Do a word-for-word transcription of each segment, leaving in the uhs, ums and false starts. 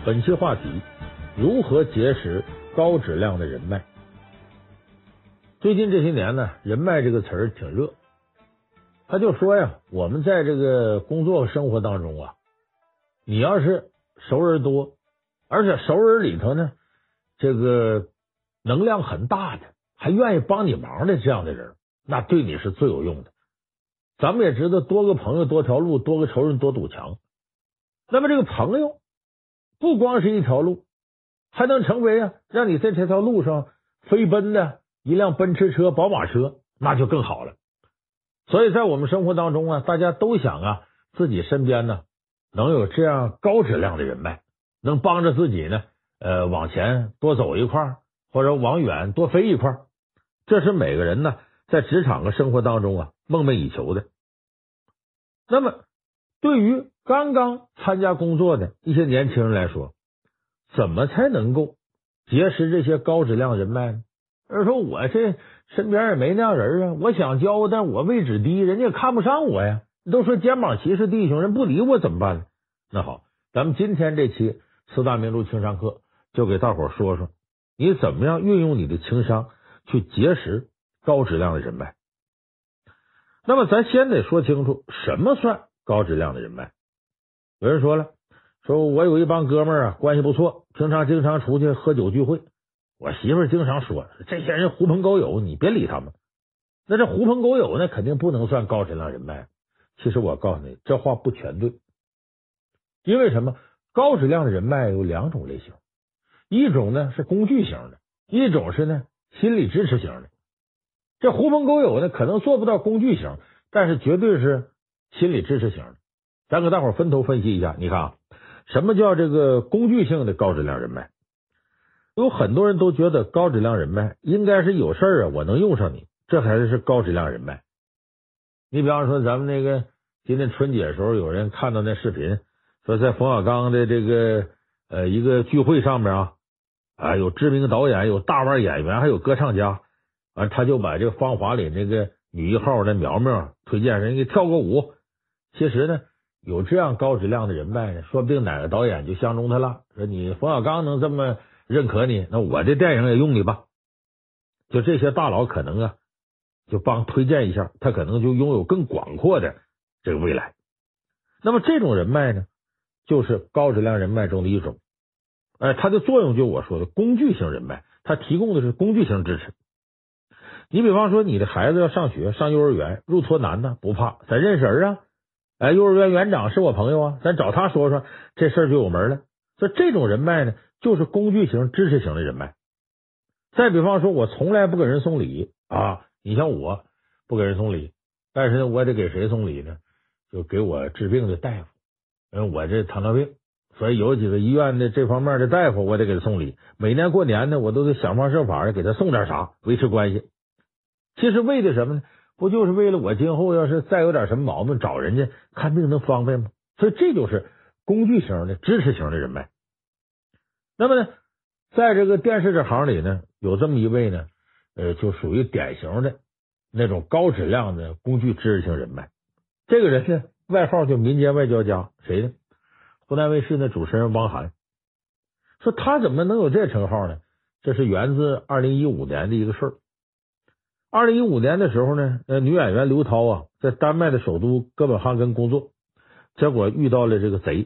本期话题：如何结识高质量的人脉？最近这些年呢，人脉这个词儿挺热。他就说呀，我们在这个工作生活当中啊，你要是熟人多，而且熟人里头呢，这个能量很大的，还愿意帮你忙的这样的人，那对你是最有用的。咱们也知道，多个朋友多条路，多个仇人多堵墙。那么这个朋友不光是一条路，还能成为啊让你在这条路上飞奔的一辆奔驰车、宝马车，那就更好了。所以在我们生活当中啊，大家都想啊自己身边呢能有这样高质量的人脉，能帮着自己呢呃往前多走一块，或者往远多飞一块。这是每个人呢在职场和生活当中啊梦寐以求的。那么对于刚刚参加工作的一些年轻人来说，怎么才能够结识这些高质量人脉呢？而说我这身边也没那样人啊，我想交，但我位置低，人家看不上我呀。都说肩膀齐是弟兄，人不理我怎么办呢？那好，咱们今天这期四大名著情商课就给大伙说说，你怎么样运用你的情商去结识高质量的人脉。那么咱先得说清楚什么算高质量的人脉。有人说了，说我有一帮哥们儿啊，关系不错，平常经常出去喝酒聚会。我媳妇儿经常说，这些人狐朋狗友，你别理他们。那这狐朋狗友呢，肯定不能算高质量人脉。其实我告诉你，这话不全对。因为什么？高质量的人脉有两种类型，一种呢是工具型的，一种是呢心理支持型的。这狐朋狗友呢，可能做不到工具型，但是绝对是心理支持型的。咱给大伙分头分析一下，你看啊，什么叫这个工具性的高质量人脉？有很多人都觉得高质量人脉应该是有事儿啊，我能用上你，这才是高质量人脉。你比方说咱们那个今天春节的时候，有人看到那视频，说在冯小刚的这个呃一个聚会上面啊，啊有知名导演，有大腕演员，还有歌唱家，完他就把这个芳华里那个女一号的苗苗推荐人给跳个舞。其实呢，有这样高质量的人脉呢，说不定哪个导演就相中他了，说你冯小刚能这么认可你，那我这电影也用你吧。就这些大佬可能啊就帮推荐一下，他可能就拥有更广阔的这个未来。那么这种人脉呢，就是高质量人脉中的一种。哎，它的作用就我说的工具型人脉，它提供的是工具型支持。你比方说你的孩子要上学，上幼儿园，入托难呢，不怕，咱认识人啊。哎，幼儿园园长是我朋友啊，咱找他说说，这事儿就有门了。所以这种人脉呢，就是工具型支持型的人脉。再比方说，我从来不给人送礼啊，你像我不给人送礼，但是呢，我得给谁送礼呢？就给我治病的大夫，因为我这糖尿病，所以有几个医院的这方面的大夫，我得给他送礼。每年过年呢，我都得想方设法的给他送点啥，维持关系。其实为的什么呢？不就是为了我今后要是再有点什么毛病，找人家看病能方便吗？所以这就是工具型的支持型的人脉。那么呢，在这个电视这行里呢，有这么一位呢，呃，就属于典型的那种高质量的工具支持型人脉。这个人呢，外号叫民间外交家，谁呢？湖南卫视的主持人汪涵。说他怎么能有这称号呢？这是源自二零一五年的一个事儿。二零一五年的时候呢，呃，女演员刘涛啊，在丹麦的首都哥本哈根工作，结果遇到了这个贼。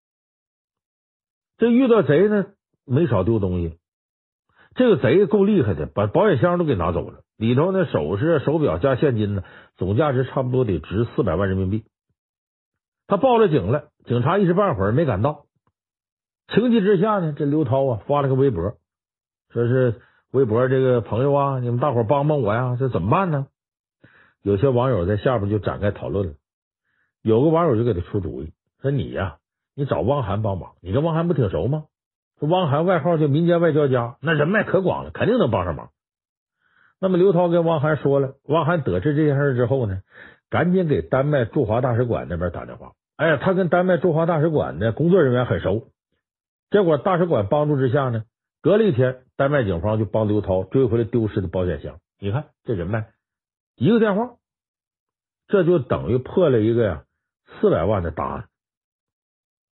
这遇到贼呢，没少丢东西。这个贼够厉害的，把保险箱都给拿走了，里头呢首饰、手表加现金呢，总价值差不多得值四百万人民币。他报了警了，警察一时半会儿没赶到。情急之下呢，这刘涛啊发了个微博，说是微博这个朋友啊，你们大伙帮帮我呀，这怎么办呢？有些网友在下边就展开讨论了。有个网友就给他出主意，说你呀、啊，你找汪涵帮忙，你跟汪涵不挺熟吗？汪涵外号叫民间外交家，那人脉可广了，肯定能帮上忙。那么刘涛跟汪涵说了，汪涵得知这件事之后呢，赶紧给丹麦驻华大使馆那边打电话。哎呀，他跟丹麦驻华大使馆的工作人员很熟，结果大使馆帮助之下呢，隔了一天，丹麦警方就帮刘涛追回了丢失的保险箱。你看这人脉，一个电话，这就等于破了一个呀四百万的大案。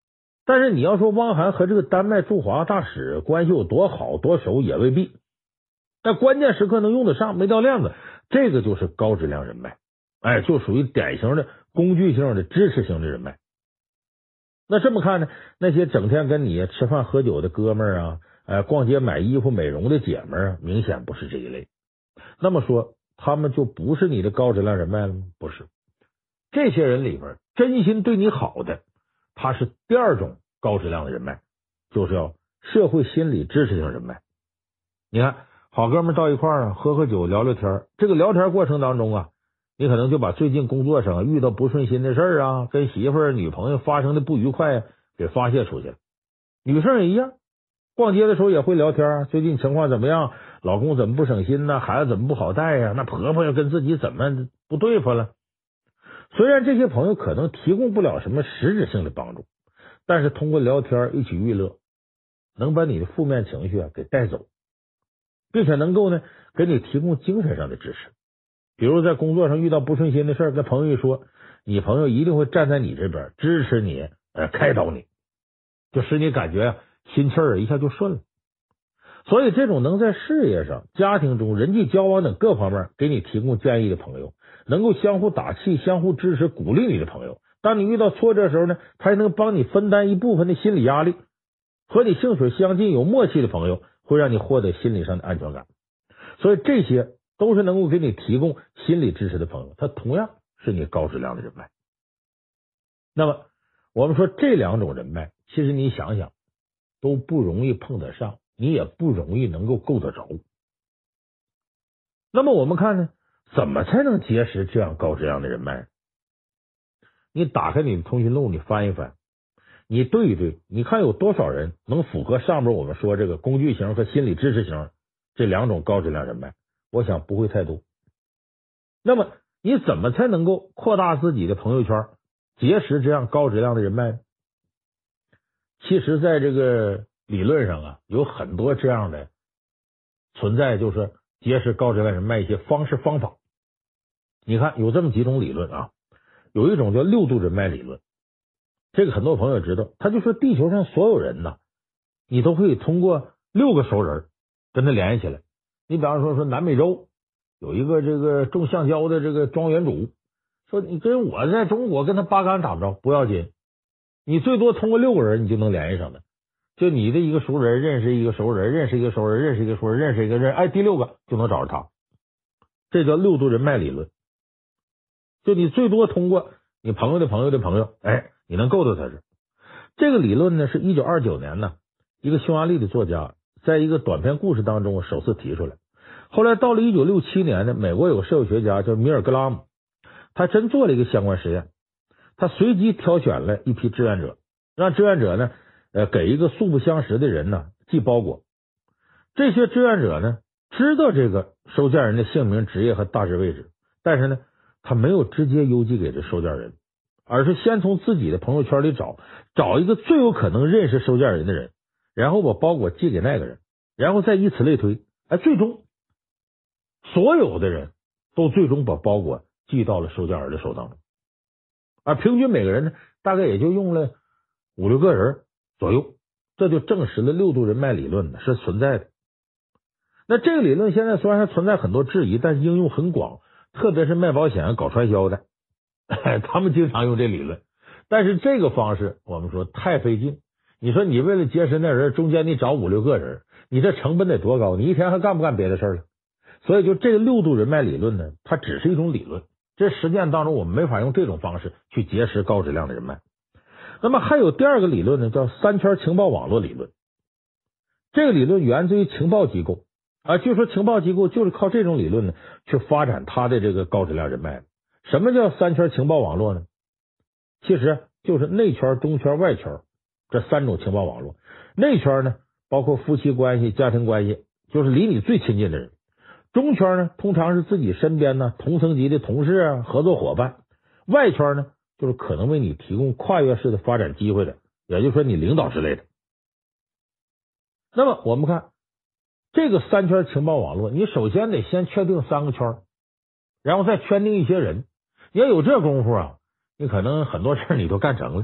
但是你要说汪涵和这个丹麦驻华大使关系有多好多熟也未必，但关键时刻能用得上，没掉链子，这个就是高质量人脉，哎，就属于典型的工具性的支持型的人脉。那这么看呢，那些整天跟你吃饭喝酒的哥们儿啊，呃，逛街买衣服美容的姐们儿啊，明显不是这一类。那么说他们就不是你的高质量人脉了吗？不是，这些人里边真心对你好的，他是第二种高质量的人脉，就是要社会心理支持型人脉。你看好哥们到一块儿啊，喝喝酒聊聊天，这个聊天过程当中啊，你可能就把最近工作上遇到不顺心的事儿啊，跟媳妇儿女朋友发生的不愉快啊，给发泄出去了。女生也一样，逛街的时候也会聊天，最近情况怎么样，老公怎么不省心呢，孩子怎么不好带呀，那婆婆要跟自己怎么不对付了。虽然这些朋友可能提供不了什么实质性的帮助，但是通过聊天一起娱乐，能把你的负面情绪啊给带走，并且能够呢给你提供精神上的支持。比如在工作上遇到不顺心的事儿，跟朋友一说，你朋友一定会站在你这边支持你，呃，开导你，就使你感觉啊心气儿一下就顺了。所以这种能在事业上、家庭中、人际交往等各方面给你提供建议的朋友，能够相互打气、相互支持、鼓励你的朋友，当你遇到挫折的时候呢，他还能帮你分担一部分的心理压力。和你性水相近、有默契的朋友，会让你获得心理上的安全感。所以这些都是能够给你提供心理支持的朋友，他同样是你高质量的人脉。那么我们说这两种人脉，其实你想想都不容易碰得上，你也不容易能够够得着。那么我们看呢，怎么才能结识这样高质量的人脉？你打开你的通讯录，你翻一翻，你对一对，你看有多少人能符合上边我们说这个工具型和心理支持型这两种高质量人脉？我想不会太多。那么你怎么才能够扩大自己的朋友圈，结识这样高质量的人脉呢？其实在这个理论上啊，有很多这样的存在，就是结识高质量人脉一些方式方法。你看有这么几种理论啊，有一种叫六度人脉理论，这个很多朋友知道，他就说地球上所有人呢，你都可以通过六个熟人跟他联系起来。你比方说说南美洲有一个这个种橡胶的这个庄园主，说你跟我在中国跟他八竿打不着，不要紧，你最多通过六个人你就能联系上的，就你的一个熟人认识一个熟人，认识一个熟人，认识一个熟人，认识一个人，哎，第六个就能找着他。这叫六度人脉理论。就你最多通过你朋友的朋友的朋友，哎，你能够到他这。这个理论呢，是一九二九年呢，一个匈牙利的作家在一个短篇故事当中首次提出来。后来到了一九六七年呢，美国有个社会学家叫米尔格拉姆，他真做了一个相关实验。他随机挑选了一批志愿者，让志愿者呢，呃，给一个素不相识的人呢寄包裹。这些志愿者呢，知道这个收件人的姓名、职业和大致位置，但是呢，他没有直接邮寄给这收件人，而是先从自己的朋友圈里找，找一个最有可能认识收件人的人，然后把包裹寄给那个人，然后再以此类推，哎，最终所有的人都最终把包裹寄到了收件人的手当中，而平均每个人呢，大概也就用了五六个人左右，这就证实了六度人脉理论是存在的。那这个理论现在虽然还存在很多质疑，但是应用很广，特别是卖保险、搞传销的，他们经常用这理论。但是这个方式我们说太费劲，你说你为了结识那人，中间你找五六个人，你这成本得多高？你一天还干不干别的事了？所以就这个六度人脉理论呢，它只是一种理论，这实践当中我们没法用这种方式去结识高质量的人脉。那么还有第二个理论呢，叫三圈情报网络理论。这个理论源自于情报机构啊，据说情报机构就是靠这种理论呢去发展它的这个高质量人脉。什么叫三圈情报网络呢？其实就是内圈、中圈、外圈这三种情报网络。内圈呢，包括夫妻关系、家庭关系，就是离你最亲近的人。中圈呢，通常是自己身边呢同层级的同事啊、合作伙伴。外圈呢，就是可能为你提供跨越式的发展机会的，也就是说你领导之类的。那么我们看这个三圈情报网络，你首先得先确定三个圈，然后再圈定一些人。你要有这功夫啊，你可能很多事你都干成了。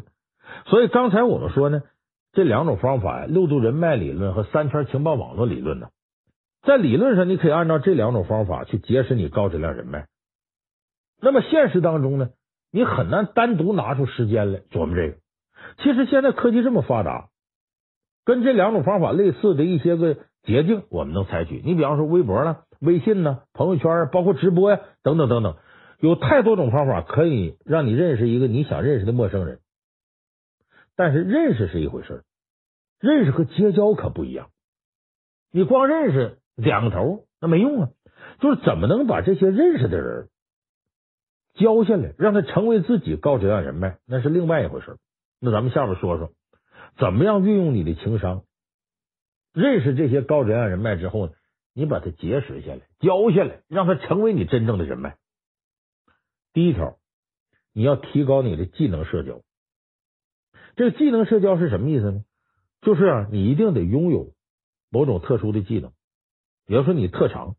所以刚才我们说呢，这两种方法呀，六度人脉理论和三圈情报网络理论呢，在理论上你可以按照这两种方法去结识你高质量人脉。那么现实当中呢，你很难单独拿出时间来琢磨这个。其实现在科技这么发达，跟这两种方法类似的一些个捷径我们能采取。你比方说微博呢、微信呢、朋友圈，包括直播呀，等等等等，有太多种方法可以让你认识一个你想认识的陌生人。但是认识是一回事，认识和结交可不一样。你光认识两个头那没用啊，就是怎么能把这些认识的人交下来，让他成为自己高质量人脉，那是另外一回事。那咱们下面说说怎么样运用你的情商，认识这些高质量人脉之后呢，你把它结识下来，交下来，让他成为你真正的人脉。第一条，你要提高你的技能社交。这个技能社交是什么意思呢？就是啊，你一定得拥有某种特殊的技能，比如说你特长，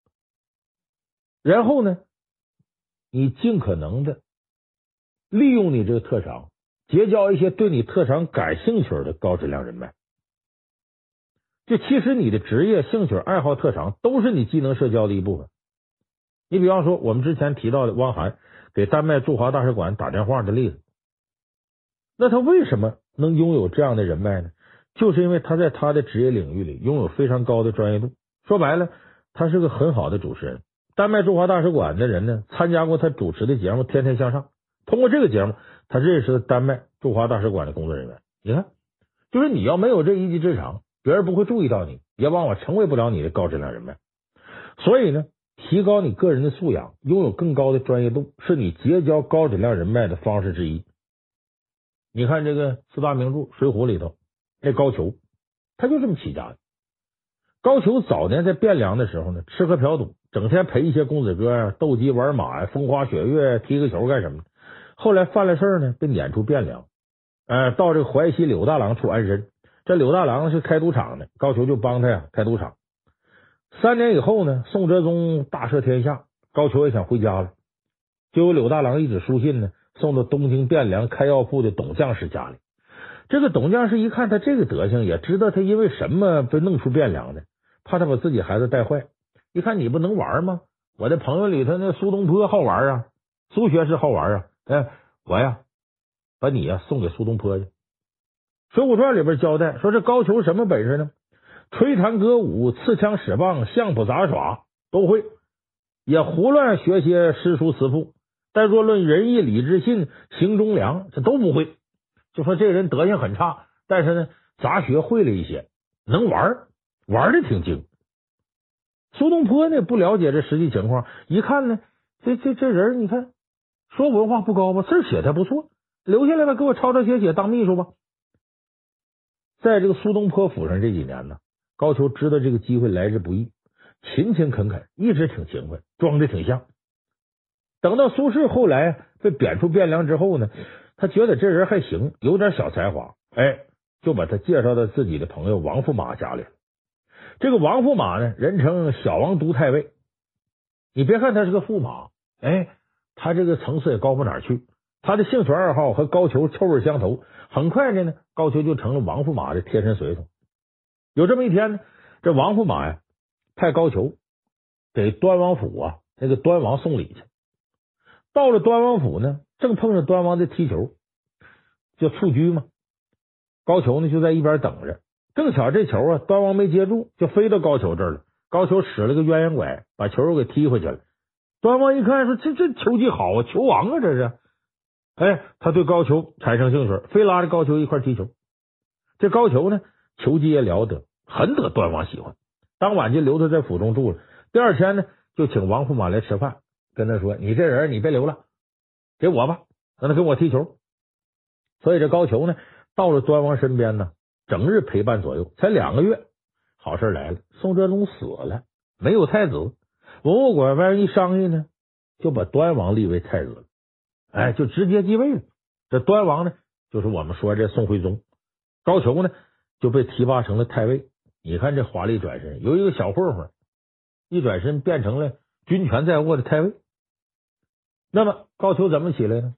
然后呢，你尽可能的利用你这个特长，结交一些对你特长感兴趣的高质量人脉。就其实你的职业、兴趣、爱好、特长都是你技能社交的一部分。你比方说我们之前提到的汪涵给丹麦驻华大使馆打电话的例子，那他为什么能拥有这样的人脉呢？就是因为他在他的职业领域里拥有非常高的专业度。说白了，他是个很好的主持人。丹麦驻华大使馆的人呢，参加过他主持的节目《天天向上》，通过这个节目，他认识了丹麦驻华大使馆的工作人员。你看，就是你要没有这一技之长，别人不会注意到你，也往往成为不了你的高质量人脉。所以呢，提高你个人的素养，拥有更高的专业度，是你结交高质量人脉的方式之一。你看这个四大名著《水浒》里头，那高俅他就这么起家的。高俅早年在汴梁的时候呢，吃喝嫖赌，整天陪一些公子哥啊斗鸡玩马呀，风花雪月踢个球干什么的。后来犯了事呢，被撵出汴梁，呃，到这个淮西柳大郎处安身。这柳大郎是开赌场的，高俅就帮他呀开赌场。三年以后呢，宋哲宗大赦天下，高俅也想回家了，就有柳大郎一纸书信呢，送到东京汴梁开药铺的董将士家里。这个董将士一看他这个德行，也知道他因为什么被弄出汴梁的，怕他把自己孩子带坏。一看你不能玩吗？我的朋友里头那苏东坡好玩啊，苏学士好玩啊，哎，我呀把你呀送给苏东坡去。水浒传里边交代说，这高俅什么本事呢？吹弹歌舞、刺枪使棒、相扑杂耍都会，也胡乱学些诗书词赋，但若论仁义礼智信、行忠良，这都不会。就说这人德行很差，但是呢杂学会了一些，能玩，玩的挺精。苏东坡呢不了解这实际情况，一看呢，这这这人你看说文化不高吧，字写的不错，留下来吧，给我抄抄写写当秘书吧。在这个苏东坡府上这几年呢，高俅知道这个机会来之不易，勤勤恳恳，一直挺勤快，装的挺像。等到苏轼后来被贬出汴梁之后呢，他觉得这人还行，有点小才华，哎，就把他介绍到自己的朋友王驸马家里了。这个王驸马呢，人称小王都太尉。你别看他是个驸马，哎，他这个层次也高不哪儿去。他的兴趣爱好和高俅臭味相投，很快的呢，高俅就成了王驸马的贴身随从。有这么一天呢，这王驸马呀派高俅给端王府啊那个端王送礼去。到了端王府呢，正碰上端王在踢球，就蹴鞠嘛。高俅呢就在一边等着，正巧这球啊端王没接住，就飞到高俅这儿了。高俅使了个鸳鸯拐，把球又给踢回去了。端王一看说，这这球技好啊，球王啊这是。哎，他对高俅产生兴趣，非拉着高俅一块踢球。这高俅呢球技也了得，很得端王喜欢。当晚就留他在府中住了。第二天呢就请王驸马来吃饭，跟他说，你这人你别留了，给我吧，让他跟我踢球。所以这高俅呢到了端王身边呢，整日陪伴左右。才两个月，好事来了，宋哲宗死了，没有太子。文武馆外一商议呢，就把端王立为太子了，哎，就直接继位了。这端王呢就是我们说这宋徽宗，高俅呢就被提拔成了太尉。你看这华丽转身，有一个小混混一转身变成了军权在握的太尉。那么高俅怎么起来呢？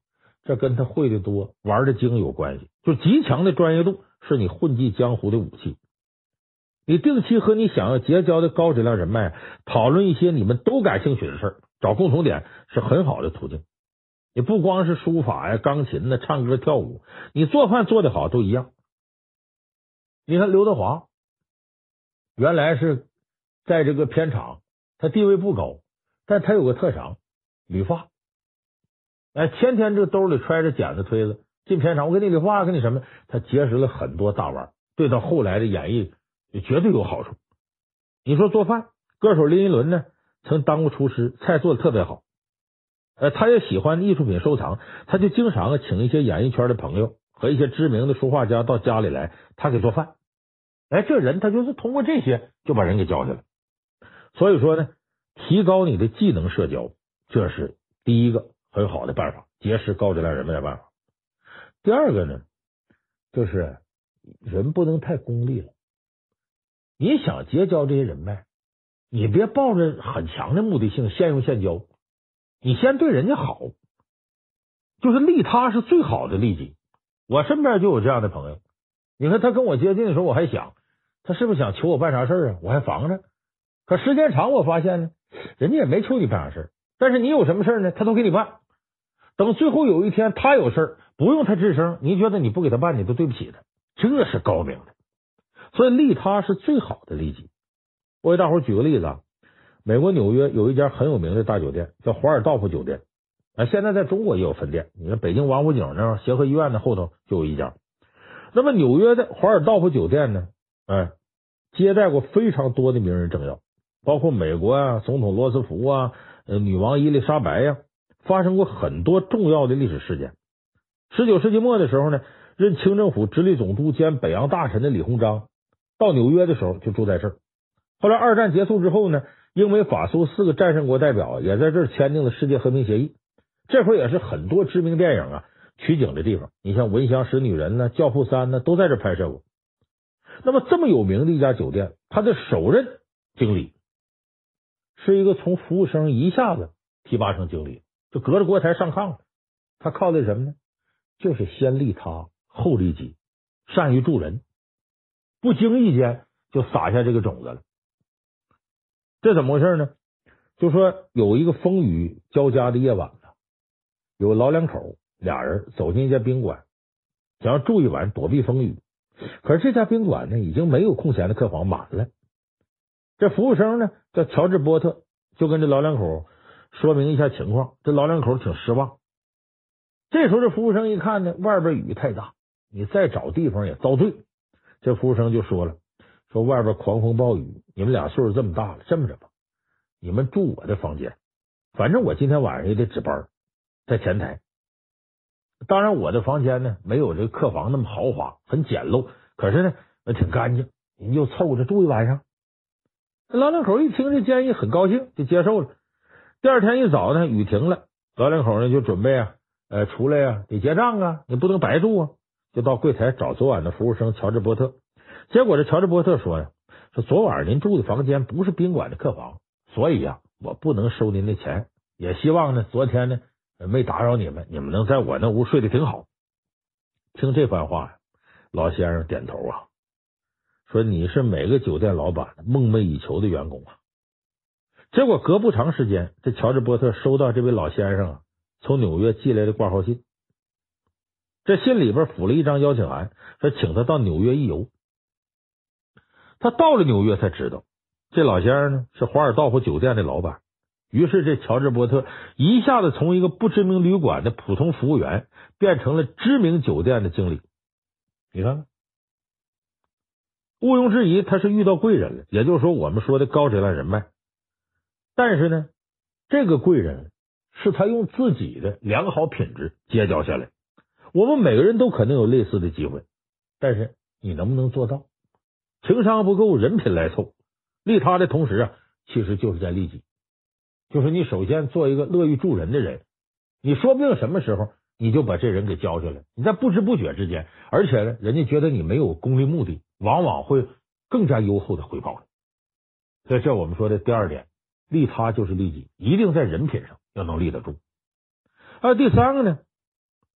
这跟他会的多、玩的精有关系。就极强的专业度是你混迹江湖的武器。你定期和你想要结交的高质量人脉讨论一些你们都感兴趣的事儿，找共同点是很好的途径。你不光是书法呀、钢琴呢、唱歌跳舞，你做饭做得好都一样。你看刘德华原来是在这个片场，他地位不高，但他有个特长，理发。哎，天天这个兜里揣着剪子推子进片场，我给你理发，给你什么？他结识了很多大腕，对他后来的演艺也绝对有好处。你说做饭，歌手林依轮呢，曾当过厨师，菜做的特别好。呃，他也喜欢艺术品收藏，他就经常请一些演艺圈的朋友和一些知名的书画家到家里来，他给做饭。哎，这人他就是通过这些就把人给交下来。所以说呢，提高你的技能社交，这是第一个很好的办法，结识高质量人脉的办法。第二个呢，就是人不能太功利了。你想结交这些人脉，你别抱着很强的目的性，现用现交。你先对人家好，就是利他是最好的利己。我身边就有这样的朋友，你看他跟我接近的时候，我还想他是不是想求我办啥事儿啊？我还防着。可时间长，我发现呢，人家也没求你办啥事儿，但是你有什么事儿呢，他都给你办。等最后有一天他有事儿，不用他吱声，你觉得你不给他办，你都对不起他，这是高明的。所以利他是最好的利己。我给大伙儿举个例子啊，美国纽约有一家很有名的大酒店，叫华尔道夫酒店啊，现在在中国也有分店。你看北京王府井那儿协和医院的后头就有一家。那么纽约的华尔道夫酒店呢，哎，接待过非常多的名人政要，包括美国啊总统罗斯福啊、呃、女王伊丽莎白呀、啊，发生过很多重要的历史事件。十九世纪末的时候呢，任清政府直隶总督兼北洋大臣的李鸿章到纽约的时候就住在这儿。后来二战结束之后呢，英美法苏四个战胜国代表也在这儿签订了世界和平协议。这会儿也是很多知名电影啊取景的地方，你像《闻香识女人》呢、《教父三》呢，都在这拍摄过。那么这么有名的一家酒店，他的首任经理是一个从服务生一下子提拔成经理，就隔着锅台上炕了。他靠的什么呢？就是先利他后利己，善于助人，不经意间就撒下这个种子了。这怎么回事呢？就说有一个风雨交加的夜晚呢，有老两口俩人走进一家宾馆，想要住一晚躲避风雨。可是这家宾馆呢，已经没有空闲的客房，满了。这服务生呢叫乔治波特，就跟这老两口说明一下情况。这老两口挺失望。这时候这服务生一看呢，外边雨太大，你再找地方也遭罪。这服务生就说了，说外边狂风暴雨，你们俩岁数这么大了，这么着吧，你们住我的房间，反正我今天晚上也得值班，在前台。当然我的房间呢没有这个客房那么豪华，很简陋，可是呢挺干净，您就凑着住一晚上。老两口一听这建议很高兴，就接受了。第二天一早呢，雨停了，老两口呢就准备啊呃出来啊得结账啊，你不能白住啊，就到柜台找昨晚的服务生乔治波特。结果这乔治波特说呀，说昨晚您住的房间不是宾馆的客房，所以呀我不能收您的钱，也希望呢昨天呢没打扰你们，你们能在我那屋睡得挺好。听这番话，老先生点头啊，说你是每个酒店老板梦寐以求的员工啊。结果隔不长时间，这乔治波特收到这位老先生啊从纽约寄来的挂号信，这信里边附了一张邀请函，说请他到纽约一游。他到了纽约才知道，这老先生呢是华尔道夫酒店的老板。于是这乔治波特一下子从一个不知名旅馆的普通服务员变成了知名酒店的经理。你看看，毋庸置疑他是遇到贵人了，也就是说我们说的高质量人脉。但是呢，这个贵人是他用自己的良好品质结交下来。我们每个人都可能有类似的机会，但是你能不能做到？情商不够，人品来凑。利他的同时啊，其实就是在利己。就是你首先做一个乐于助人的人，你说不定什么时候你就把这人给交下来，你在不知不觉之间，而且呢，人家觉得你没有功利目的，往往会更加优厚的回报你。所以这我们说的第二点，利他就是利己，一定在人品上要能立得住。而第三个呢，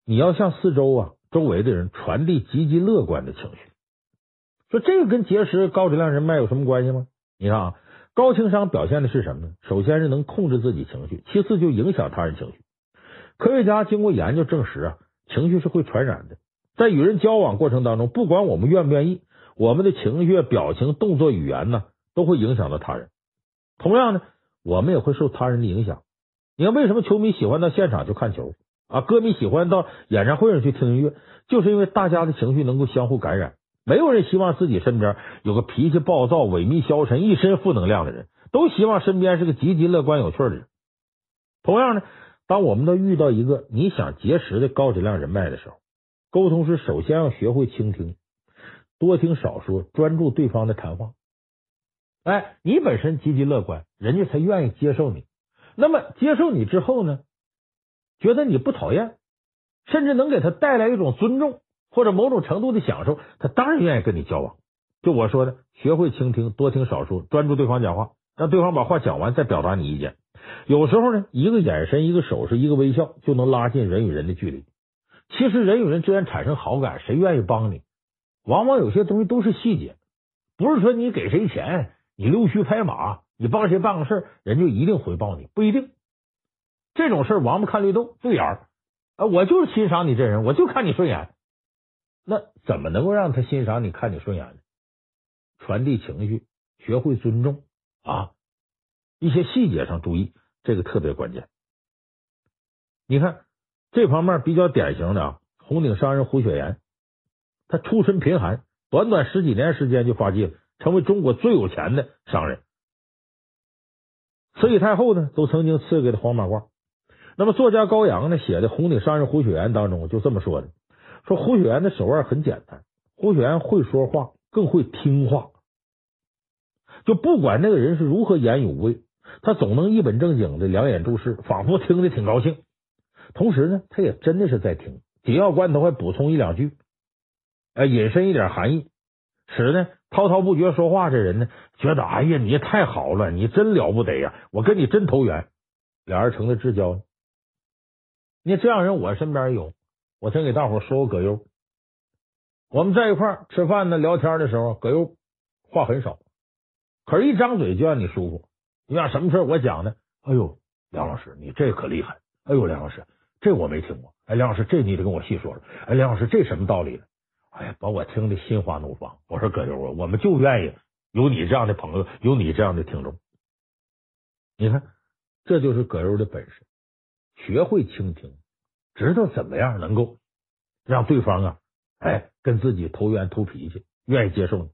你要向四周啊周围的人传递积极乐观的情绪。说这个跟结识高质量人脉有什么关系吗？你看啊，高情商表现的是什么呢？首先是能控制自己情绪，其次就影响他人情绪。科学家经过研究证实啊，情绪是会传染的。在与人交往过程当中，不管我们愿不愿意，我们的情绪、表情、动作、语言呢，都会影响到他人。同样呢，我们也会受他人的影响。你看，为什么球迷喜欢到现场去看球啊？歌迷喜欢到演唱会上去听音乐，就是因为大家的情绪能够相互感染。没有人希望自己身边有个脾气暴躁、萎靡消沉、一身负能量的人，都希望身边是个积极乐观有趣的人。同样呢，当我们都遇到一个你想结识的高质量人脉的时候，沟通时首先要学会倾听，多听少说，专注对方的谈话。哎，你本身积极乐观，人家才愿意接受你。那么接受你之后呢，觉得你不讨厌，甚至能给他带来一种尊重或者某种程度的享受，他当然愿意跟你交往。就我说的，学会倾听，多听少说，专注对方讲话，让对方把话讲完再表达你意见。有时候呢，一个眼神、一个手势、一个微笑就能拉近人与人的距离。其实人与人之间产生好感，谁愿意帮你？往往有些东西都是细节，不是说你给谁钱，你溜须拍马，你帮谁办个事，人就一定回报你，不一定。这种事王八看绿豆，对眼儿啊，我就是欣赏你这人，我就看你顺眼。那怎么能够让他欣赏你、看你顺眼呢？传递情绪，学会尊重啊，一些细节上注意，这个特别关键。你看这方面比较典型的啊，红顶商人胡雪岩，他出身贫寒，短短十几年时间就发迹了，成为中国最有钱的商人。慈禧太后呢，都曾经赐给他黄马褂。那么作家高阳呢写的《红顶商人胡雪岩》当中就这么说的，说胡雪岩的手腕很简单，胡雪岩会说话，更会听话。就不管那个人是如何言语无味，他总能一本正经的两眼注视，仿佛听得挺高兴。同时呢，他也真的是在听，紧要关头还补充一两句，哎，引申一点含义，使呢滔滔不绝说话这人呢觉得哎呀你太好了，你真了不得呀，我跟你真投缘，俩人成了至交。你这样人我身边有，我曾给大伙说过葛优，我们在一块儿吃饭呢聊天的时候，葛优话很少，可是一张嘴就让你舒服。你想什么事我讲呢？哎呦梁老师你这可厉害，哎呦梁老师这我没听过，哎梁老师这你得跟我细说说，哎梁老师这什么道理呢？哎呀把我听得心花怒放。我说葛优啊，我们就愿意有你这样的朋友，有你这样的听众。你看这就是葛优的本事，学会倾听，知道怎么样能够让对方啊哎跟自己投缘投脾气，愿意接受你。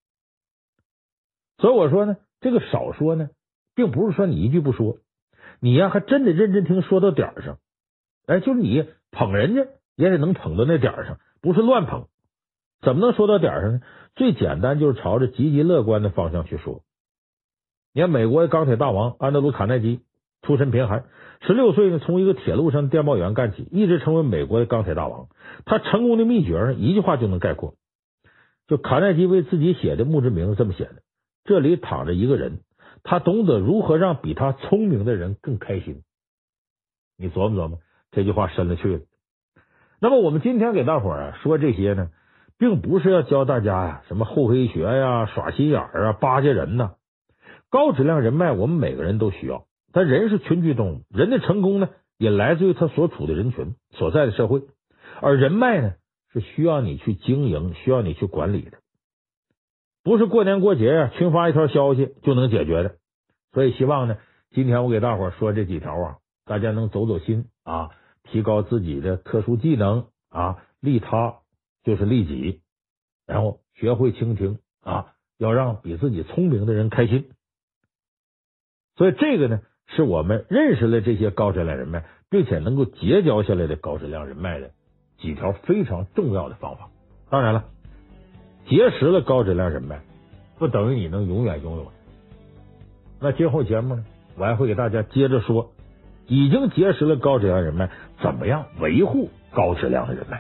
所以我说呢，这个少说呢并不是说你一句不说，你呀还真得认真听，说到点儿上。哎，就是你捧人家也得能捧到那点儿上，不是乱捧。怎么能说到点儿上呢？最简单就是朝着积极乐观的方向去说。你看美国的钢铁大王安德鲁卡耐基出身贫寒，十六岁呢从一个铁路上电报员干起，一直成为美国的钢铁大王。他成功的秘诀呢一句话就能概括，就卡耐基为自己写的墓志铭这么写的，这里躺着一个人，他懂得如何让比他聪明的人更开心。你琢磨琢磨，这句话深了去了。那么我们今天给大伙儿啊说这些呢，并不是要教大家呀什么厚黑学呀、耍心眼儿啊、巴结人呐。高质量人脉我们每个人都需要，但人是群居动物，人的成功呢也来自于他所处的人群、所在的社会，而人脉呢是需要你去经营、需要你去管理的，不是过年过节呀、啊、群发一条消息就能解决的。所以希望呢，今天我给大伙儿说这几条啊，大家能走走心啊，提高自己的特殊技能啊，利他就是利己，然后学会倾听啊，要让比自己聪明的人开心。所以这个呢，是我们认识了这些高质量人脉，并且能够结交下来的高质量人脉的几条非常重要的方法。当然了，结识了高质量人脉，不等于你能永远拥有。那今后节目呢，我还会给大家接着说，已经结识了高质量人脉，怎么样维护高质量的人脉。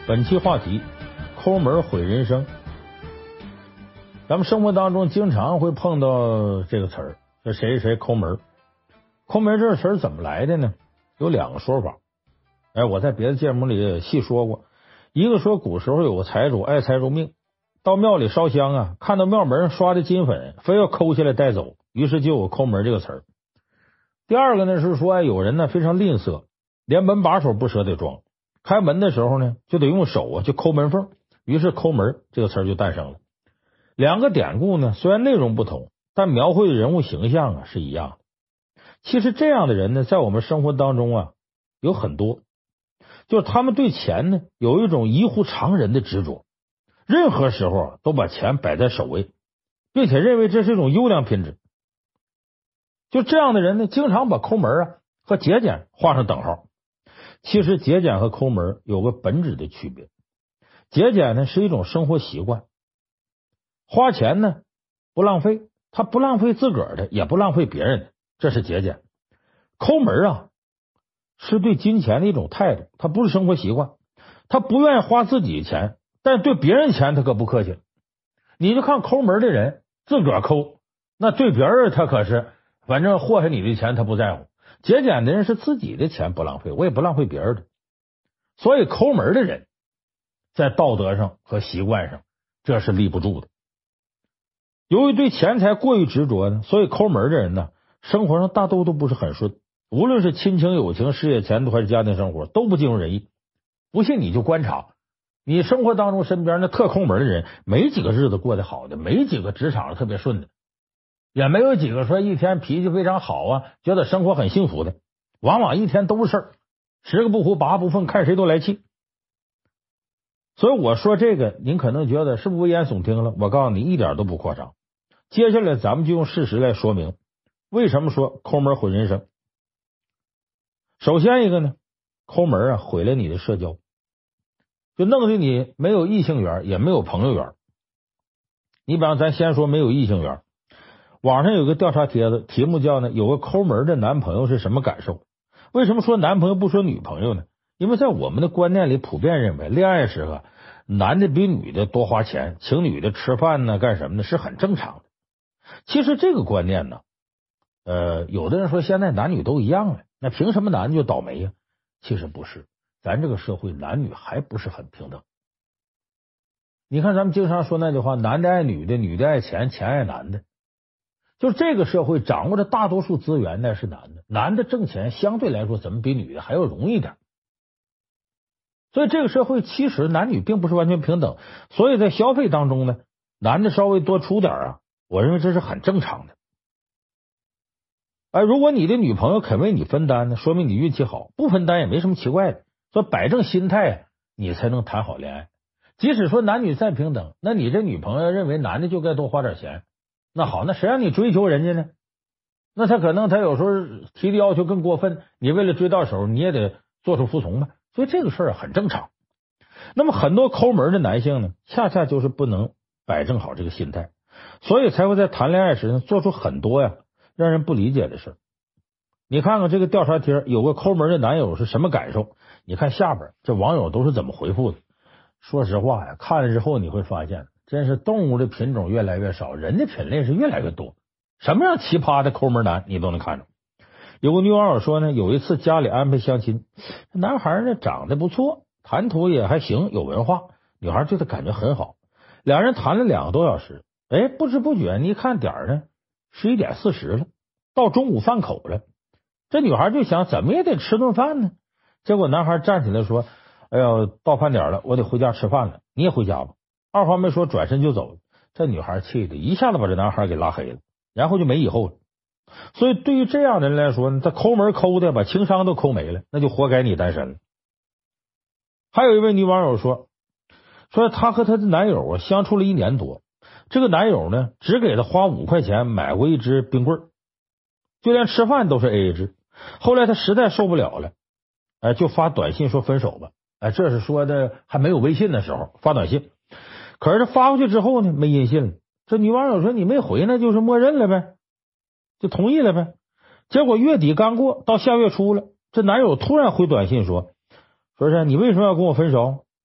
本期话题：抠门毁人生。咱们生活当中经常会碰到这个词儿，说谁谁抠门。抠门这个词儿怎么来的呢？有两个说法。哎，我在别的节目里也细说过。一个说古时候有个财主爱财如命，到庙里烧香啊，看到庙门上刷的金粉，非要抠下来带走，于是就有抠门这个词儿。第二个呢是说，哎，有人呢非常吝啬，连门把手不舍得装，开门的时候呢就得用手啊去抠门缝，于是抠门这个词儿就诞生了。两个典故呢虽然内容不同，但描绘的人物形象啊是一样的。其实这样的人呢，在我们生活当中啊有很多，就是他们对钱呢有一种异乎常人的执着，任何时候都把钱摆在首位，并且认为这是一种优良品质。就这样的人呢，经常把抠门啊和节俭画上等号。其实节俭和抠门有个本质的区别，节俭呢是一种生活习惯，花钱呢不浪费，他不浪费自个儿的，也不浪费别人的，这是节俭。抠门啊是对金钱的一种态度，他不是生活习惯，他不愿意花自己的钱，但对别人钱他可不客气。你就看抠门的人自个儿抠，那对别人他可是反正祸害你的钱他不在乎。节俭的人是自己的钱不浪费，我也不浪费别人的。所以抠门的人在道德上和习惯上这是立不住的。由于对钱财过于执着呢，所以抠门的人呢生活上大多都不是很顺，无论是亲情友情、事业前途还是家庭生活都不尽如人意。不信你就观察，你生活当中身边那特抠门的人没几个日子过得好的，没几个职场上特别顺的，也没有几个说一天脾气非常好啊，觉得生活很幸福的，往往一天都是事儿，十个不胡八不忿，看谁都来气。所以我说这个您可能觉得是不是危言耸听了，我告诉你一点都不夸张。接下来咱们就用事实来说明为什么说抠门毁人生。首先一个呢，抠门啊毁了你的社交，就弄得你没有异性缘也没有朋友缘。你比方咱先说没有异性缘，网上有个调查帖子，题目叫呢有个抠门的男朋友是什么感受。为什么说男朋友不说女朋友呢？因为在我们的观念里普遍认为恋爱时啊，男的比女的多花钱，请女的吃饭呢干什么呢是很正常的。其实这个观念呢呃，有的人说现在男女都一样了，那凭什么男的就倒霉呀？其实不是，咱这个社会男女还不是很平等。你看咱们经常说那句话，男的爱女的，女的爱钱，钱爱男的。就这个社会掌握着大多数资源的是男的，男的挣钱相对来说怎么比女的还要容易点。所以这个社会其实男女并不是完全平等，所以在消费当中呢，男的稍微多出点啊，我认为这是很正常的。哎，如果你的女朋友肯为你分担呢，说明你运气好，不分担也没什么奇怪的。所以摆正心态，你才能谈好恋爱。即使说男女再平等，那你这女朋友认为男的就该多花点钱，那好，那谁让你追求人家呢？那他可能他有时候提的要求更过分，你为了追到手，你也得做出服从吧。所以这个事儿很正常。那么很多抠门的男性呢，恰恰就是不能摆正好这个心态，所以才会在谈恋爱时呢做出很多呀让人不理解的事。你看看这个调查贴，有个抠门的男友是什么感受？你看下边这网友都是怎么回复的。说实话呀，看了之后你会发现，真是动物的品种越来越少，人的品类是越来越多，什么样奇葩的抠门男你都能看着。有个女网友说呢，有一次家里安排相亲，男孩呢长得不错，谈吐也还行，有文化，女孩对他感觉很好，两人谈了两个多小时。哎，不知不觉你一看点儿呢，十一点四十了，到中午饭口了。这女孩就想怎么也得吃顿饭呢。结果男孩站起来说，哎呀，到饭点了，我得回家吃饭了，你也回家吧。二话没说转身就走了。这女孩气的一下子把这男孩给拉黑了，然后就没以后了。所以对于这样的人来说呢，他抠门抠的把情商都抠没了，那就活该你单身了。还有一位女网友说，说她和她的男友啊相处了一年多，这个男友呢只给她花五块钱买过一只冰棍，就连吃饭都是 A A 制。后来她实在受不了了，哎，就发短信说分手吧。哎，这是说的还没有微信的时候发短信，可是他发过去之后呢，没音信了。这女网友说你没回，那就是默认了呗，就同意了呗。结果月底刚过，到下月初了，这男友突然回短信说，说是你为什么要跟我分手？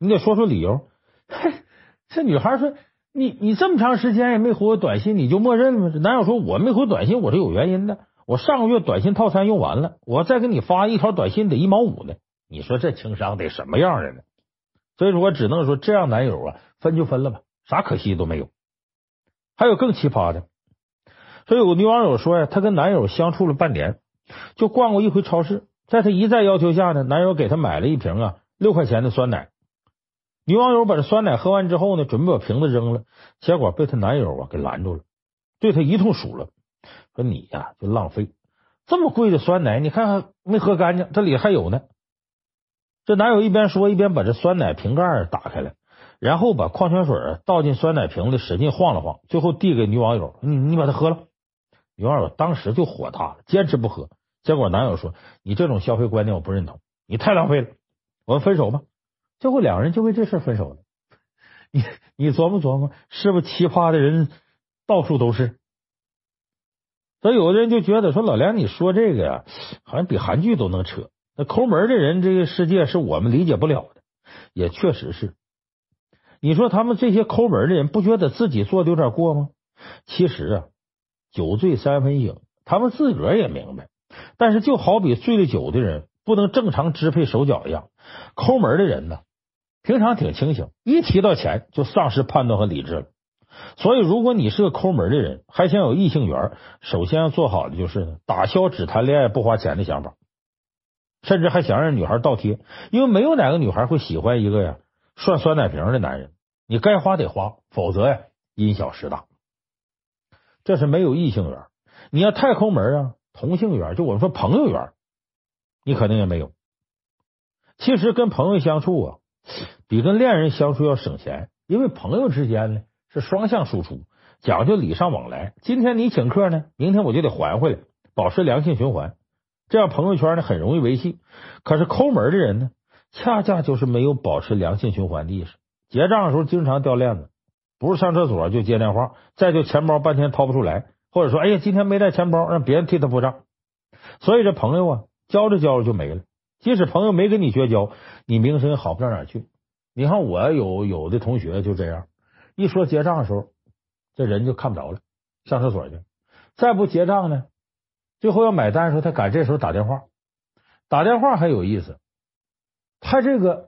你得说出理由。这女孩说：“你你这么长时间也没回我短信，你就默认了吗？”男友说：“我没回短信，我是有原因的。我上个月短信套餐用完了，我再给你发一条短信得一毛五呢。你说这情商得什么样的呢？所以说我只能说，这样男友啊，分就分了吧，啥可惜都没有。还有更奇葩的，所以有个女网友说呀，她跟男友相处了半年，就逛过一回超市，在她一再要求下呢，男友给她买了一瓶啊六块钱的酸奶。女网友把这酸奶喝完之后呢，准备把瓶子扔了，结果被她男友啊给拦住了，对她一通数落，说你呀、啊、就浪费这么贵的酸奶，你看看没喝干净，这里还有呢。这男友一边说一边把这酸奶瓶盖打开了，然后把矿泉水倒进酸奶瓶里，使劲晃了晃，最后递给女网友：“你你把它喝了。”女网友当时就火大了，坚持不喝。结果男友说：“你这种消费观念我不认同，你太浪费了，我们分手吧。”最后两人就为这事分手了。你你琢磨琢磨，是不是奇葩的人到处都是？所以有的人就觉得说，老梁你说这个呀，好像比韩剧都能扯。那抠门的人，这个世界是我们理解不了的，也确实是。你说他们这些抠门的人，不觉得自己做的有点过吗？其实啊，酒醉三分醒，他们自个儿也明白。但是就好比醉了酒的人不能正常支配手脚一样，抠门的人呢，平常挺清醒，一提到钱就丧失判断和理智了。所以如果你是个抠门的人，还想有异性缘，首先要做好的就是呢，打消只谈恋爱不花钱的想法，甚至还想让女孩倒贴，因为没有哪个女孩会喜欢一个呀涮酸奶瓶的男人。你该花得花，否则呀因小失大。这是没有异性缘。你要太抠门啊，同性缘，就我们说朋友缘，你肯定也没有。其实跟朋友相处啊，比跟恋人相处要省钱，因为朋友之间呢是双向输出，讲究礼尚往来。今天你请客呢，明天我就得还回来，保持良性循环，这样朋友圈呢很容易维系。可是抠门的人呢，恰恰就是没有保持良性循环的意识，结账的时候经常掉链子，不是上厕所就接电话，再就钱包半天掏不出来，或者说哎呀今天没带钱包，让别人替他付账。所以这朋友啊，交着交着就没了。即使朋友没跟你绝交，你名声也好不到哪儿去。你看我有有的同学就这样，一说结账的时候，这人就看不着了，上厕所去。再不结账呢，最后要买单的时候，他赶这时候打电话。打电话还有意思，他这个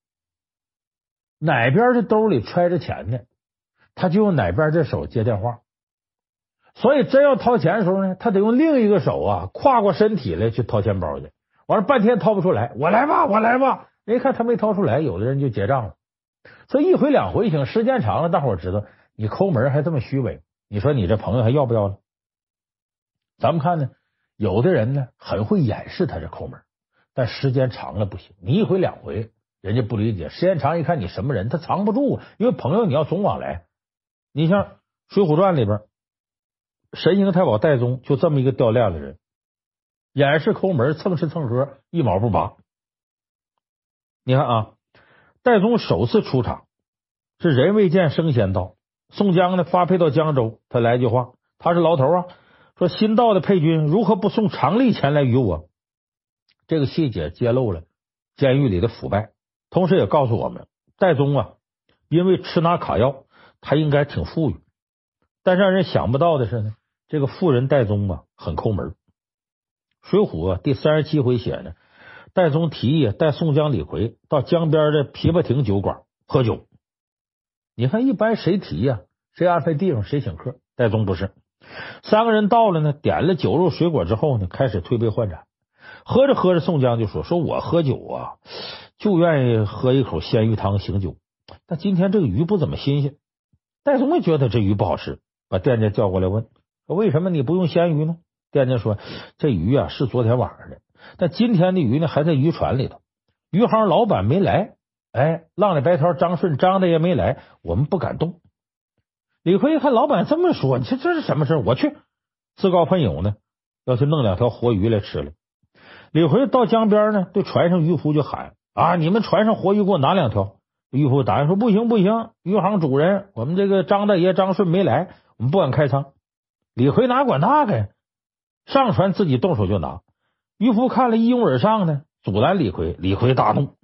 哪边的兜里揣着钱呢，他就用哪边这手接电话。所以真要掏钱的时候呢，他得用另一个手啊跨过身体来去掏钱包去。完了半天掏不出来，我来吧我来吧，人一看他没掏出来，有的人就结账了。所以一回两回行，时间长了大伙儿知道你抠门还这么虚伪，你说你这朋友还要不要了？咱们看呢，有的人呢很会掩饰他这抠门，但时间长了不行，你一回两回人家不理解，时间长一看你什么人，他藏不住，因为朋友你要总往来。你像《水浒传》里边神行太保戴宗就这么一个掉链子人，掩饰抠门，蹭吃蹭喝，一毛不拔。你看啊，戴宗首次出场是人未见升仙到，宋江呢发配到江州，他来一句话，他是牢头啊，说新到的配军如何不送常例前来与我？这个细节揭露了监狱里的腐败，同时也告诉我们戴宗啊，因为吃拿卡药，他应该挺富裕，但让人想不到的是呢，这个富人戴宗啊很抠门。水浒啊第三十七回写呢，戴宗提议带宋江李逵到江边的琵琶亭酒馆喝酒。你看一般谁提呀、啊、谁安排地方谁请客，戴宗不是。三个人到了呢，点了酒肉水果之后呢，开始推杯换盏。喝着喝着，宋江就说说我喝酒啊就愿意喝一口鲜鱼汤醒酒，但今天这个鱼不怎么新鲜。戴宗也觉得这鱼不好吃，把店家叫过来问说为什么你不用鲜鱼呢？店家说这鱼啊是昨天晚上的，但今天的鱼呢还在渔船里头，渔行老板没来，哎，浪里白条张顺张的也没来，我们不敢动。李逵一看老板这么说，你这这是什么事？我去，自告奋勇呢要去弄两条活鱼来吃了。李逵到江边呢，对船上渔夫就喊啊，你们船上活鱼给我拿两条。渔夫答应说不行不行，渔行主人我们这个张大爷张顺没来，我们不敢开仓。李逵哪管那个呀，上船自己动手就拿。渔夫看了一拥而上呢，阻拦李逵，李逵大怒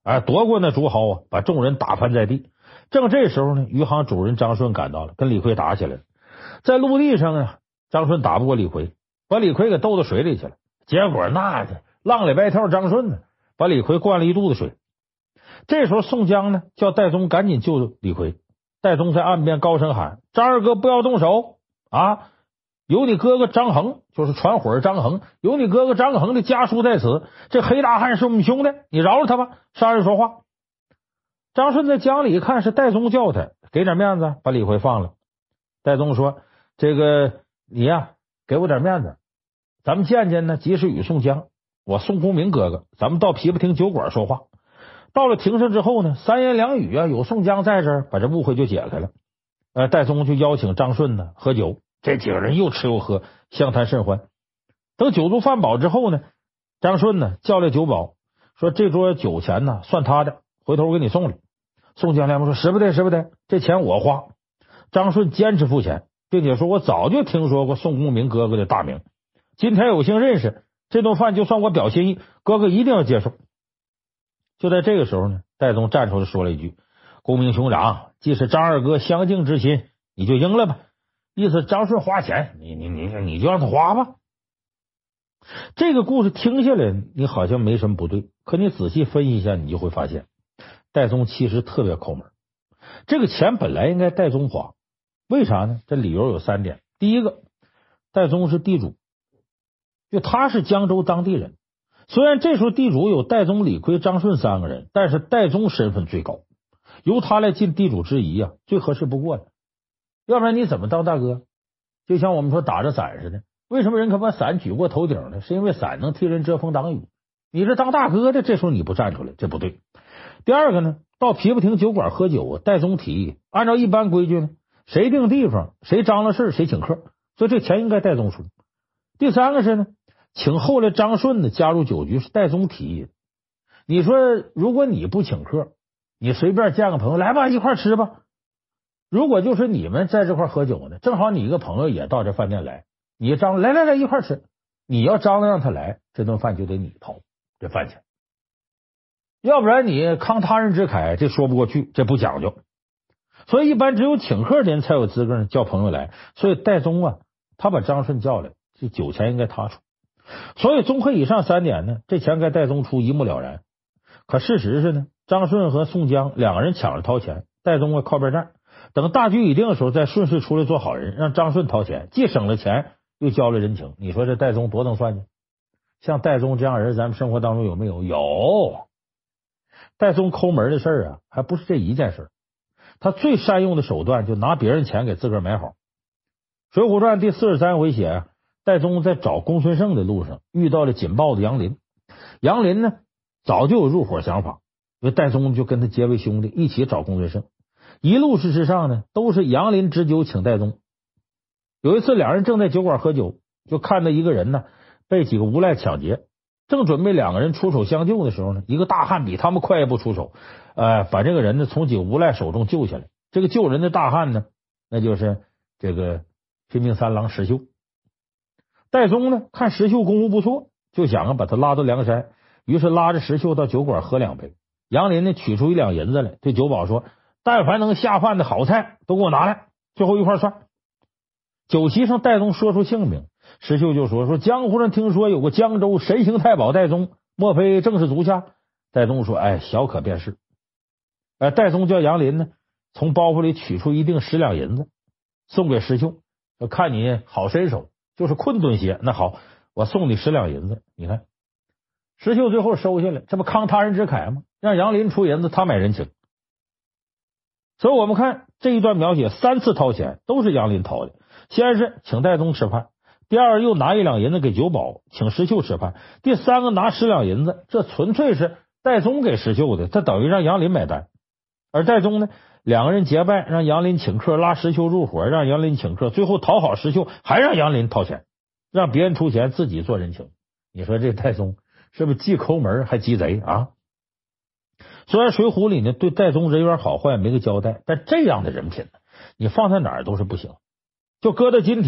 哎，夺过那竹蒿啊，把众人打翻在地。正这时候呢，余杭主人张顺赶到了，跟李逵打起来了。在陆地上啊，张顺打不过李逵，把李逵给斗到水里去了。结果那浪里白跳张顺呢，把李逵灌了一肚子水。这时候宋江呢，叫戴宗赶紧救李逵。戴宗在岸边高声喊：“张二哥不要动手啊！有你哥哥张衡，就是传火张衡，有你哥哥张衡的家书在此。这黑大汉是我们兄弟，你饶了他吧。”商人说话。张顺在江里一看是戴宗叫他，给点面子，把李逵放了。戴宗说：“这个你呀、啊，给我点面子，咱们见见呢，及时雨宋江，我宋公明哥哥，咱们到琵琶亭酒馆说话。”到了亭上之后呢，三言两语啊，有宋江在这儿，把这误会就解开了。呃，戴宗就邀请张顺呢喝酒，这几个人又吃又喝，相谈甚欢。等酒足饭饱之后呢，张顺呢叫来酒保，说这桌酒钱呢算他的，回头我给你送来。宋江连忙说：“实不得，实不得，这钱我花。”张顺坚持付钱，并且说：“我早就听说过宋公明哥哥的大名，今天有幸认识，这顿饭就算我表心意，哥哥一定要接受。”就在这个时候呢，戴宗站出来说了一句：“公明兄长，既是张二哥相敬之心，你就应了吧。”意思张顺花钱，你你你你就让他花吧。这个故事听下来，你好像没什么不对，可你仔细分析一下，你就会发现，戴宗其实特别抠门。这个钱本来应该戴宗花，为啥呢？这理由有三点。第一个，戴宗是地主，就他是江州当地人。虽然这时候地主有戴宗、李逵、张顺三个人，但是戴宗身份最高，由他来尽地主之谊啊，最合适不过了。要不然你怎么当大哥？就像我们说打着伞似的，为什么人可把伞举过头顶呢？是因为伞能替人遮风挡雨。你这当大哥的，这时候你不站出来，这不对。第二个呢，到琵琶亭酒馆喝酒啊，戴宗提议，按照一般规矩呢，谁定地方，谁张了事谁请客，所以这钱应该戴宗出。第三个是呢，请后来张顺呢加入酒局是戴宗提议的。你说如果你不请客，你随便见个朋友来吧，一块吃吧。如果就是你们在这块喝酒呢，正好你一个朋友也到这饭店来，你张来来来一块吃，你要张罗让他来，这顿饭就得你掏这饭钱。要不然你慷他人之慨，这说不过去，这不讲究。所以一般只有请客的人才有资格叫朋友来。所以戴宗啊，他把张顺叫来，这酒钱应该他出。所以综合以上三点呢，这钱该戴宗出一目了然。可事实是呢，张顺和宋江两个人抢着掏钱，戴宗啊靠边站，等大局已定的时候再顺势出来做好人，让张顺掏钱，既省了钱又交了人情。你说这戴宗多能算计？像戴宗这样人咱们生活当中有没有？有。戴宗抠门的事儿啊，还不是这一件事。他最善用的手段就拿别人钱给自个儿买好。水浒传第四十三回写啊，戴宗在找公孙胜的路上遇到了紧豹子杨林。杨林呢早就有入伙想法，所以戴宗就跟他结为兄弟，一起找公孙胜。一路事实上呢，都是杨林执酒请戴宗。有一次两人正在酒馆喝酒，就看到一个人呢被几个无赖抢劫，正准备两个人出手相救的时候呢，一个大汉比他们快一步出手，呃，把这个人呢从几个无赖手中救下来。这个救人的大汉呢，那就是这个拼命三郎石秀。戴宗呢看石秀功夫不错，就想啊把他拉到梁山，于是拉着石秀到酒馆喝两杯。杨林呢取出一两银子来，对酒保说：“但凡能下饭的好菜都给我拿来，最后一块算。”酒席上戴宗说出姓名，石秀就说：“说江湖上听说有个江州神行太保戴宗，莫非正是足下？”戴宗说：“哎，小可便是。”呃，戴宗叫杨林呢从包袱里取出一锭十两银子，送给石秀，说：“看你好身手，就是困顿些，那好，我送你十两银子。”你看，石秀最后收下来，这不慷他人之慨吗？让杨林出银子，他买人情。所以我们看这一段描写，三次掏钱都是杨林掏的。先是请戴宗吃饭，第二又拿一两银子给酒保请石秀吃饭，第三个拿十两银子，这纯粹是戴宗给石秀的，他等于让杨林买单。而戴宗呢，两个人结拜，让杨林请客，拉石秀入伙，让杨林请客，最后讨好石秀，还让杨林掏钱，让别人出钱，自己做人情。你说这戴宗是不是既抠门还鸡贼啊？虽然水浒里呢对戴宗人缘好坏没个交代，但这样的人品呢，你放在哪儿都是不行。就搁到今天，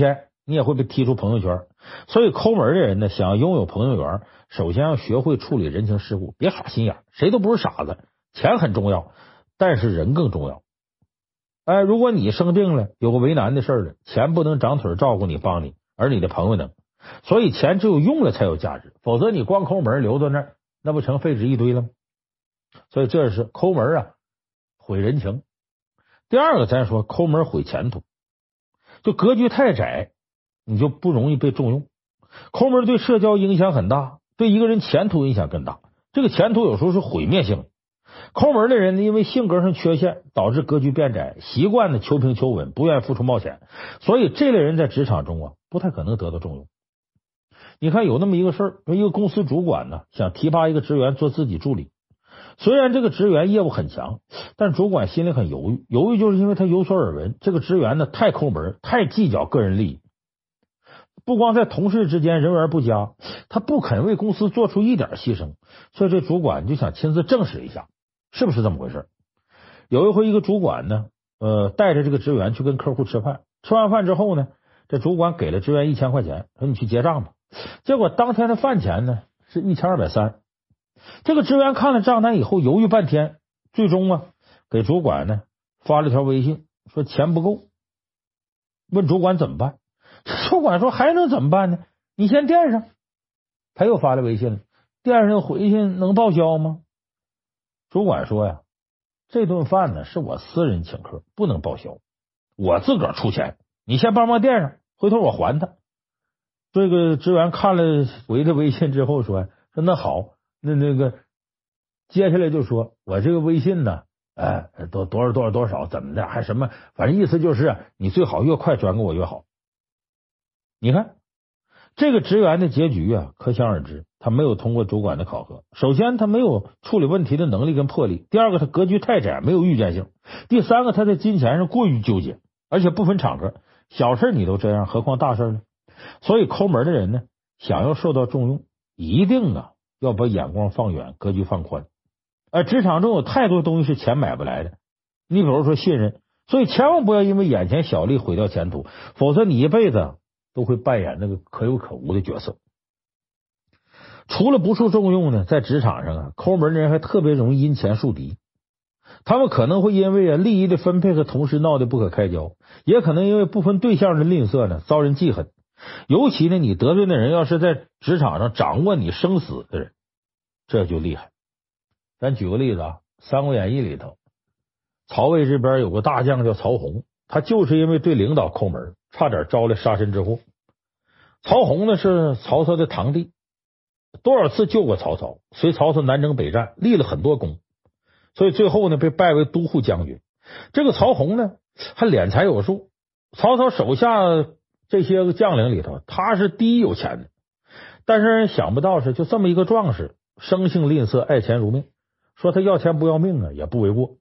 你也会被踢出朋友圈。所以抠门的人呢，想要拥有朋友缘，首先要学会处理人情世故，别耍心眼。谁都不是傻子，钱很重要，但是人更重要。哎，如果你生病了，有个为难的事了，钱不能长腿照顾你帮你，而你的朋友能。所以钱只有用了才有价值，否则你光抠门留在那儿，那不成废纸一堆了吗？所以这是抠门啊，毁人情。第二个，咱说抠门毁前途，就格局太窄，你就不容易被重用。抠门对社交影响很大，对一个人前途影响更大。这个前途有时候是毁灭性的。抠门的人呢，因为性格上缺陷，导致格局变窄，习惯的求平求稳，不愿意付出冒险，所以这类人在职场中啊，不太可能得到重用。你看有那么一个事儿，一个公司主管呢想提拔一个职员做自己助理，虽然这个职员业务很强，但主管心里很犹豫，犹豫就是因为他有所耳闻，这个职员呢太抠门，太计较个人利益，不光在同事之间人缘不佳，他不肯为公司做出一点牺牲，所以这主管就想亲自证实一下是不是这么回事。有一回一个主管呢呃，带着这个职员去跟客户吃饭，吃完饭之后呢，这主管给了职员一千块钱，说你去结账吧。结果当天的饭钱呢是一千二百三，这个职员看了账单以后犹豫半天，最终啊给主管呢发了条微信，说钱不够，问主管怎么办。主管说还能怎么办呢？你先垫上。他又发了微信了，垫上回去能报销吗？主管说呀，这顿饭呢是我私人请客，不能报销，我自个儿出钱，你先帮忙垫上，回头我还他。这个职员看了回的微信之后说说那好，那那个接下来就说我这个微信呢哎，多多少多少多少怎么的，还什么，反正意思就是你最好越快转给我越好。你看这个职员的结局啊，可想而知，他没有通过主管的考核。首先他没有处理问题的能力跟魄力，第二个他格局太窄，没有预见性，第三个他在金钱上过于纠结，而且不分场合，小事你都这样，何况大事呢？所以抠门的人呢，想要受到重用，一定啊要把眼光放远，格局放宽。而职场中有太多东西是钱买不来的，你比如说信任，所以千万不要因为眼前小利毁掉前途，否则你一辈子都会扮演那个可有可无的角色。除了不受重用呢，在职场上啊，抠门的人还特别容易因钱树敌。他们可能会因为啊利益的分配和同事闹得不可开交，也可能因为不分对象的吝啬呢遭人记恨。尤其呢，你得罪的人要是在职场上掌握你生死的人，这就厉害。咱举个例子啊，《三国演义》里头，曹魏这边有个大将叫曹洪，他就是因为对领导抠门，差点招来杀身之祸。曹洪呢是曹操的堂弟，多少次救过曹操，随曹操南征北战，立了很多功，所以最后呢被拜为都护将军。这个曹洪呢还敛财有术，曹操手下这些个将领里头，他是第一有钱的。但是人想不到是就这么一个壮士，生性吝啬，爱钱如命，说他要钱不要命啊，也不为过。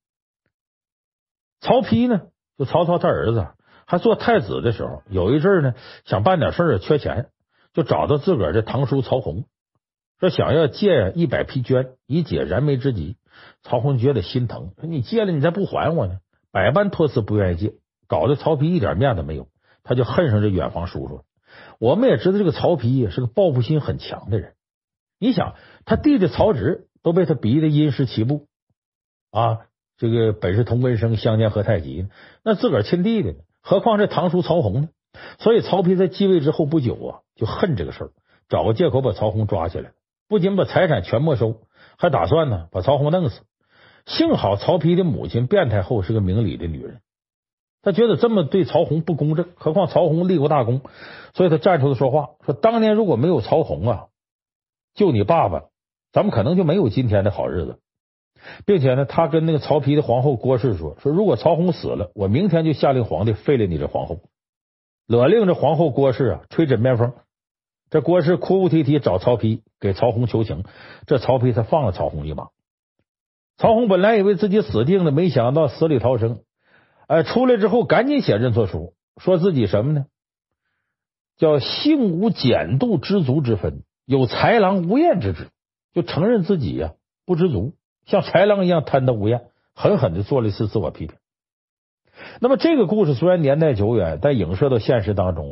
曹丕呢，就曹操他儿子还做太子的时候，有一阵呢想办点事儿缺钱，就找到自个儿的堂叔曹洪，说想要借一百匹绢以解燃眉之急。曹洪觉得心疼，说你借了你再不还我呢，百般托辞不愿意借，搞得曹丕一点面子没有，他就恨上这远房叔叔。我们也知道这个曹丕是个报复心很强的人，你想他弟弟曹植都被他逼得因势齐步啊，这个本是同根生，相煎何太急，那自个儿亲弟弟呢，何况这堂叔曹洪呢？所以曹丕在继位之后不久啊，就恨这个事儿，找个借口把曹洪抓起来，不仅把财产全没收，还打算呢把曹洪弄死。幸好曹丕的母亲卞太后是个明理的女人，他觉得这么对曹洪不公正，何况曹洪立过大功，所以他站出来说话，说当年如果没有曹洪啊救你爸爸，咱们可能就没有今天的好日子。并且呢，他跟那个曹丕的皇后郭氏说，说如果曹洪死了，我明天就下令皇帝废了你这皇后，勒令这皇后郭氏啊吹枕边风。这郭氏哭哭啼啼找曹丕给曹洪求情，这曹丕才放了曹洪一马。曹洪本来以为自己死定了，没想到死里逃生，哎，出来之后赶紧写认错书，说自己什么呢？叫性无俭度知足之分，有豺狼无厌之志，就承认自己呀、啊、不知足，像豺狼一样贪得无厌，狠狠的做了一次自我批评。那么这个故事虽然年代久远，但影射到现实当中啊，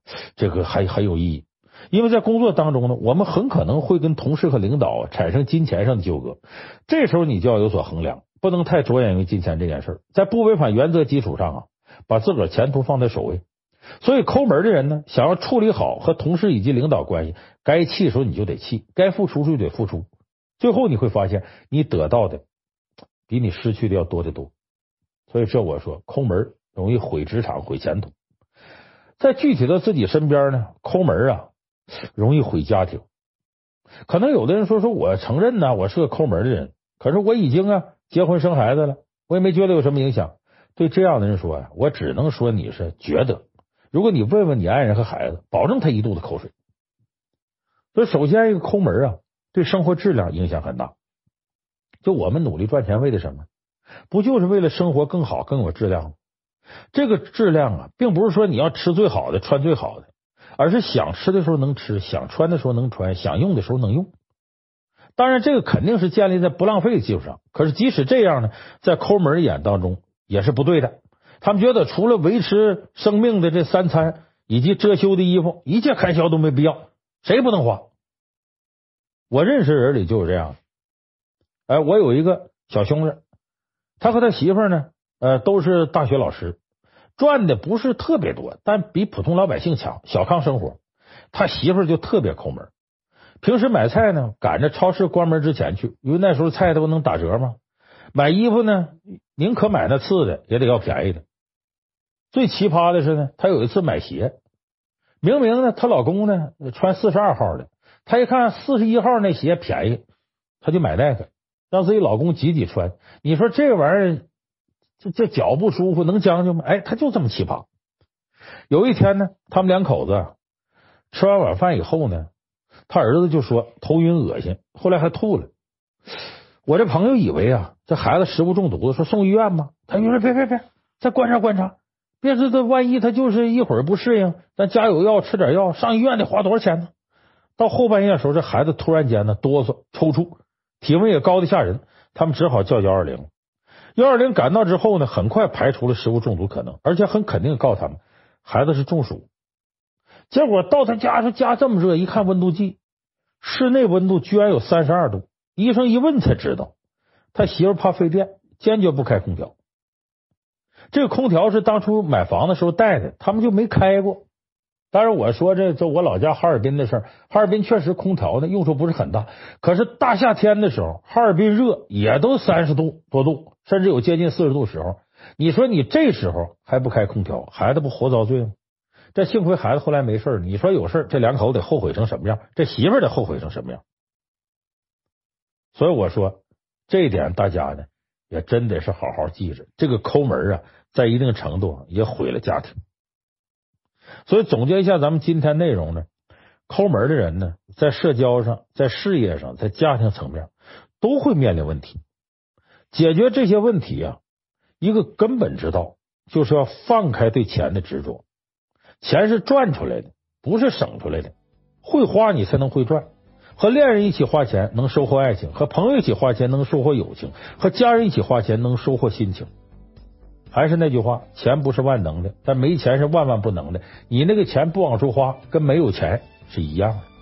这个还很有意义。因为在工作当中呢，我们很可能会跟同事和领导产生金钱上的纠葛，这时候你就要有所衡量，不能太着眼于金钱这件事，在不违反原则基础上啊，把自个儿前途放在首位。所以抠门的人呢，想要处理好和同事以及领导关系，该气的时候你就得气，该付出就得付出，最后你会发现你得到的比你失去的要多得多。所以这我说抠门容易毁职场毁前途。在具体的自己身边呢，抠门啊容易毁家庭。可能有的人说说我承认呢，我是个抠门的人，可是我已经啊结婚生孩子了，我也没觉得有什么影响。对这样的人说呀，我只能说你是觉得。如果你问问你爱人和孩子，保证他一肚子口水。所以首先一个抠门啊，对生活质量影响很大。就我们努力赚钱为了什么？不就是为了生活更好更有质量吗？这个质量啊，并不是说你要吃最好的穿最好的，而是想吃的时候能吃，想穿的时候能穿，想用的时候能用。当然这个肯定是建立在不浪费的基础上，可是即使这样呢，在抠门的眼当中也是不对的。他们觉得除了维持生命的这三餐以及遮羞的衣服，一切开销都没必要，谁不能花？我认识人里就有这样的。哎，我有一个小兄弟，他和他媳妇呢，呃，都是大学老师，赚的不是特别多，但比普通老百姓强，小康生活。他媳妇就特别抠门，平时买菜呢，赶着超市关门之前去，因为那时候菜都不能打折嘛。买衣服呢，宁可买那次的，也得要便宜的。最奇葩的是呢，她有一次买鞋，明明呢，她老公呢穿四十二号的，她一看四十一号那鞋便宜，她就买那个，让自己老公挤挤穿。你说这玩意儿，这这脚不舒服能将就吗？哎，她就这么奇葩。有一天呢，他们两口子吃完晚饭以后呢，他儿子就说头晕恶心，后来还吐了。我这朋友以为啊，这孩子食物中毒，说送医院吧。他就说别别别，再观察观察，别知道万一他就是一会儿不适应，咱家有药吃点药，上医院得花多少钱呢？到后半夜的时候，这孩子突然间呢哆嗦抽搐，体温也高的吓人，他们只好叫幺二零。幺二零赶到之后呢，很快排除了食物中毒可能，而且很肯定告诉他们孩子是中暑。结果到他家说家这么热，一看温度计，室内温度居然有三十二度。医生一问才知道，他媳妇怕费电，坚决不开空调。这个空调是当初买房的时候带的，他们就没开过。当然我说这这我老家哈尔滨的事儿，哈尔滨确实空调呢用处不是很大，可是大夏天的时候，哈尔滨热也都三十度多度，甚至有接近四十度时候。你说你这时候还不开空调，孩子不活遭罪吗？这幸亏孩子后来没事，你说有事，这两口得后悔成什么样？这媳妇得后悔成什么样？所以我说这一点大家呢也真得是好好记着，这个抠门啊，在一定程度也毁了家庭。所以总结一下咱们今天内容呢，抠门的人呢，在社交上、在事业上、在家庭层面都会面临问题。解决这些问题啊，一个根本之道就是要放开对钱的执着。钱是赚出来的，不是省出来的，会花你才能会赚。和恋人一起花钱能收获爱情，和朋友一起花钱能收获友情，和家人一起花钱能收获亲情。还是那句话，钱不是万能的，但没钱是万万不能的。你那个钱不往出花，跟没有钱是一样的。